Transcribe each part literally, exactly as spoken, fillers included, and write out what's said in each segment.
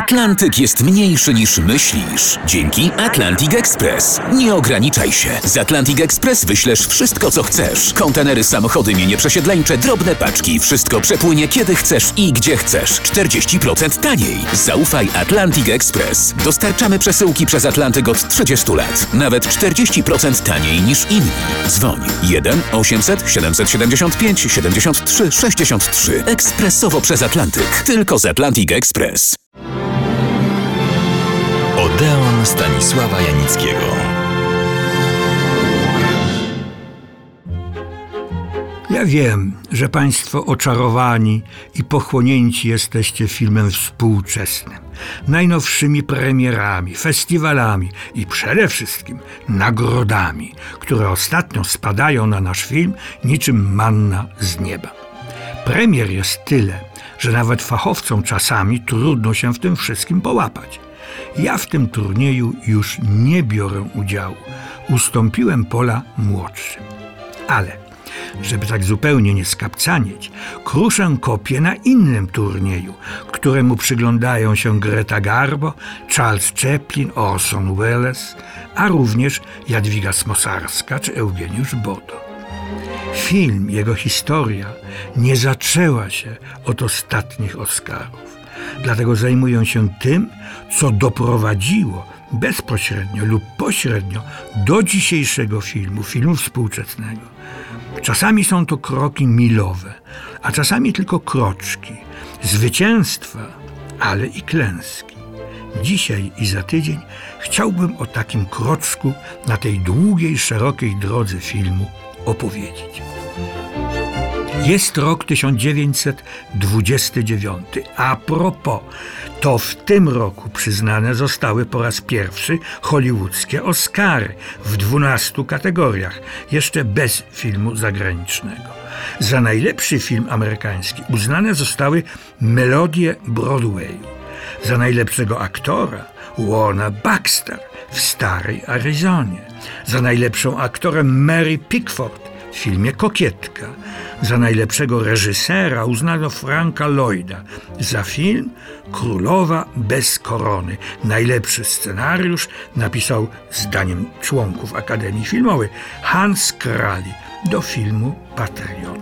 Atlantyk jest mniejszy niż myślisz. Dzięki Atlantic Express. Nie ograniczaj się. Z Atlantic Express wyślesz wszystko, co chcesz. Kontenery, samochody, mienie przesiedleńcze, drobne paczki. Wszystko przepłynie kiedy chcesz i gdzie chcesz. czterdzieści procent taniej. Zaufaj Atlantic Express. Dostarczamy przesyłki przez Atlantyk od trzydziestu lat. Nawet czterdzieści procent taniej niż inni. Dzwoń jeden osiemset siedemset siedemdziesiąt pięć siedemdziesiąt trzy sześćdziesiąt trzy. Ekspresowo przez Atlantyk. Tylko z Atlantic Express. Odeon Stanisława Janickiego. Ja wiem, że Państwo oczarowani i pochłonięci jesteście filmem współczesnym, najnowszymi premierami, festiwalami i przede wszystkim nagrodami, które ostatnio spadają na nasz film niczym manna z nieba. Premier jest tyle, że nawet fachowcom czasami trudno się w tym wszystkim połapać. Ja w tym turnieju już nie biorę udziału. Ustąpiłem pola młodszym. Ale, żeby tak zupełnie nie skapcanieć, kruszę kopię na innym turnieju, któremu przyglądają się Greta Garbo, Charles Chaplin, Orson Welles, a również Jadwiga Smosarska czy Eugeniusz Bodo. Film, jego historia nie zaczęła się od ostatnich Oscarów. Dlatego zajmuję się tym, co doprowadziło bezpośrednio lub pośrednio do dzisiejszego filmu, filmu współczesnego. Czasami są to kroki milowe, a czasami tylko kroczki, zwycięstwa, ale i klęski. Dzisiaj i za tydzień chciałbym o takim kroczku na tej długiej, szerokiej drodze filmu opowiedzieć. Jest rok tysiąc dziewięćset dwudziesty dziewiąty. A propos, to w tym roku przyznane zostały po raz pierwszy hollywoodzkie Oscary w dwunastu kategoriach, jeszcze bez filmu zagranicznego. Za najlepszy film amerykański uznane zostały Melodie Broadwayu. Za najlepszego aktora Warner Baxter w Starej Arizonie. Za najlepszą aktorę Mary Pickford w filmie Kokietka. Za najlepszego reżysera uznano Franka Lloyda. Za film Królowa bez korony. Najlepszy scenariusz napisał, zdaniem członków Akademii Filmowej, Hans Krali do filmu Patriot.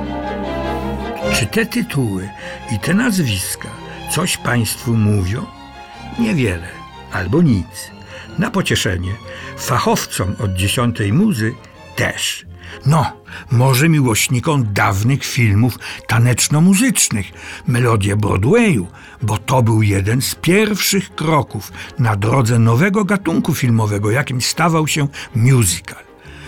Czy te tytuły i te nazwiska coś Państwu mówią? Niewiele albo nic. Na pocieszenie fachowcom od dziesiątej muzy też. No, może miłośnikom dawnych filmów taneczno-muzycznych, Melodie Broadwayu, bo to był jeden z pierwszych kroków na drodze nowego gatunku filmowego, jakim stawał się musical.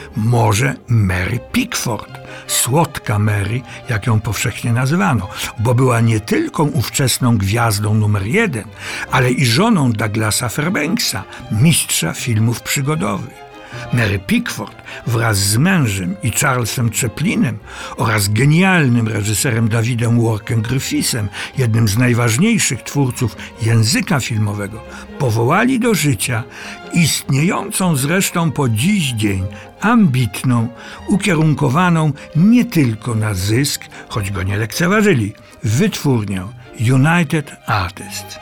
Może Mary Pickford, słodka Mary, jak ją powszechnie nazywano, bo była nie tylko ówczesną gwiazdą numer jeden, ale i żoną Douglasa Fairbanksa, mistrza filmów przygodowych. Mary Pickford wraz z mężem i Charlesem Chaplinem oraz genialnym reżyserem Davidem Warkem Griffithem, jednym z najważniejszych twórców języka filmowego, powołali do życia istniejącą zresztą po dziś dzień ambitną, ukierunkowaną nie tylko na zysk, choć go nie lekceważyli, wytwórnię United Artists.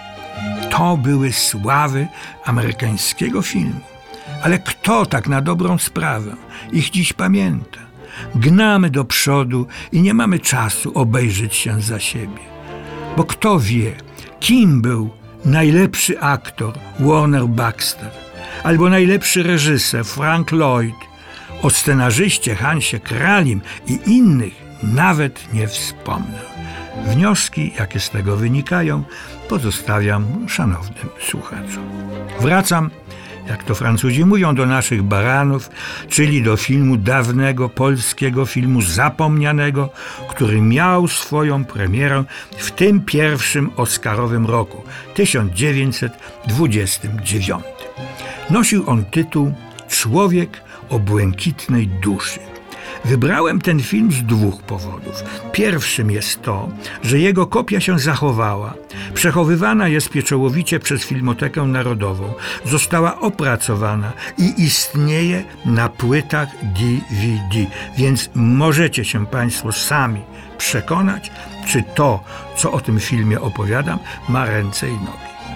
To były sławy amerykańskiego filmu. Ale kto tak na dobrą sprawę ich dziś pamięta? Gnamy do przodu i nie mamy czasu obejrzeć się za siebie. Bo kto wie, kim był najlepszy aktor Warner Baxter, albo najlepszy reżyser Frank Lloyd. O scenarzyście Hansie Kralim i innych nawet nie wspomnę. Wnioski, jakie z tego wynikają, pozostawiam szanownym słuchaczom. Wracam, jak to Francuzi mówią, do naszych baranów, czyli do filmu dawnego, polskiego filmu zapomnianego, który miał swoją premierę w tym pierwszym oscarowym roku, tysiąc dziewięćset dwudziestym dziewiątym. Nosił on tytuł Człowiek o błękitnej duszy. Wybrałem ten film z dwóch powodów. Pierwszym jest to, że jego kopia się zachowała. Przechowywana jest pieczołowicie przez Filmotekę Narodową. Została opracowana i istnieje na płytach D V D, więc możecie się Państwo sami przekonać, czy to, co o tym filmie opowiadam, ma ręce i nogi.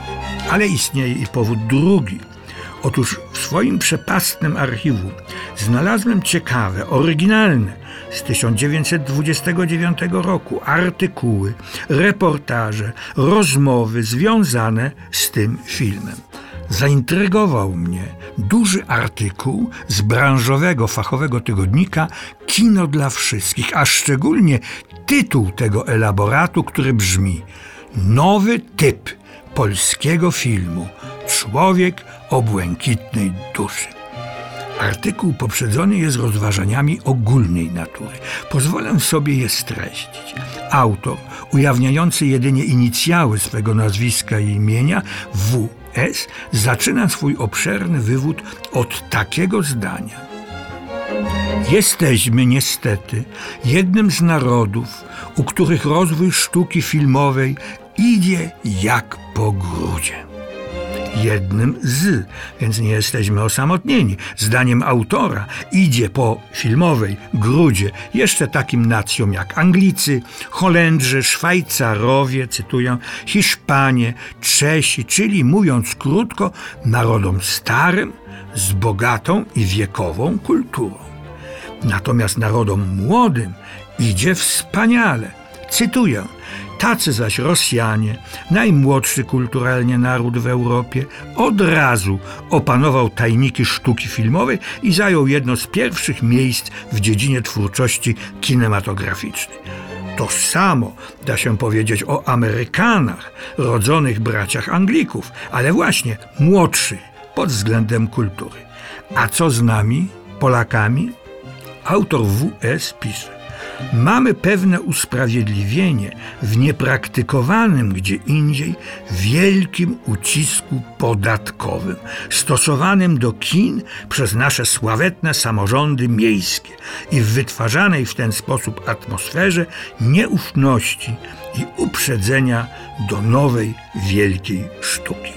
Ale istnieje i powód drugi. Otóż w swoim przepastnym archiwum znalazłem ciekawe, oryginalne z tysiąc dziewięćset dwudziestego dziewiątego roku artykuły, reportaże, rozmowy związane z tym filmem. Zaintrygował mnie duży artykuł z branżowego, fachowego tygodnika Kino dla Wszystkich, a szczególnie tytuł tego elaboratu, który brzmi: Nowy typ polskiego filmu Człowiek o błękitnej duszy. Artykuł poprzedzony jest rozważaniami ogólnej natury. Pozwolę sobie je streścić. Autor, ujawniający jedynie inicjały swego nazwiska i imienia, W S, zaczyna swój obszerny wywód od takiego zdania: jesteśmy niestety jednym z narodów, u których rozwój sztuki filmowej idzie jak po grudzie. Jednym z, więc nie jesteśmy osamotnieni. Zdaniem autora idzie po filmowej grudzie jeszcze takim nacjom jak Anglicy, Holendrzy, Szwajcarowie, cytuję, Hiszpanie, Czesi, czyli mówiąc krótko, narodom starym, z bogatą i wiekową kulturą. Natomiast narodom młodym idzie wspaniale. Cytuję: tacy zaś Rosjanie, najmłodszy kulturalnie naród w Europie, od razu opanował tajniki sztuki filmowej i zajął jedno z pierwszych miejsc w dziedzinie twórczości kinematograficznej. To samo da się powiedzieć o Amerykanach, rodzonych braciach Anglików, ale właśnie młodszych pod względem kultury. A co z nami, Polakami? Autor W S pisze: mamy pewne usprawiedliwienie w niepraktykowanym gdzie indziej wielkim ucisku podatkowym stosowanym do kin przez nasze sławetne samorządy miejskie i w wytwarzanej w ten sposób atmosferze nieufności i uprzedzenia do nowej wielkiej sztuki.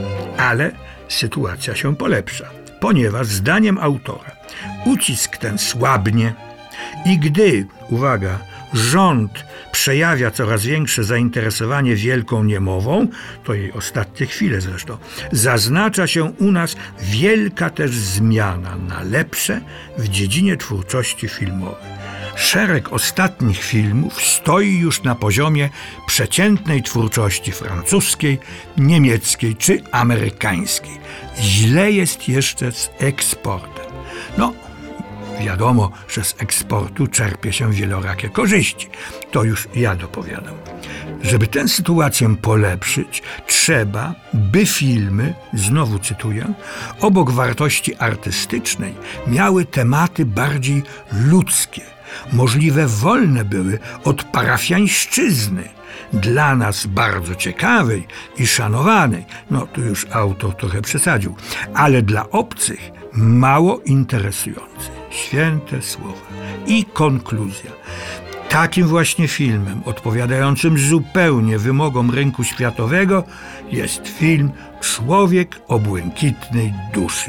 Ale sytuacja się polepsza, ponieważ zdaniem autora ucisk ten słabnie i gdy, uwaga, rząd przejawia coraz większe zainteresowanie wielką niemową, to jej ostatnie chwile zresztą, zaznacza się u nas wielka też zmiana na lepsze w dziedzinie twórczości filmowej. Szereg ostatnich filmów stoi już na poziomie przeciętnej twórczości francuskiej, niemieckiej czy amerykańskiej. Źle jest jeszcze z eksportem. No, wiadomo, że z eksportu czerpie się wielorakie korzyści. To już ja dopowiadam. Żeby tę sytuację polepszyć, trzeba, by filmy, znowu cytuję, obok wartości artystycznej, miały tematy bardziej ludzkie, możliwe wolne były od parafiańszczyzny, dla nas bardzo ciekawej i szanowanej, no tu już autor trochę przesadził, ale dla obcych mało interesującej. Święte słowa. I konkluzja. Takim właśnie filmem, odpowiadającym zupełnie wymogom rynku światowego, jest film Człowiek o błękitnej duszy.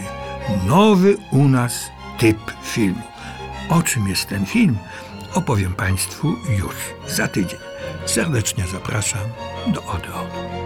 Nowy u nas typ filmu. O czym jest ten film, opowiem Państwu już za tydzień. Serdecznie zapraszam do Odeonu.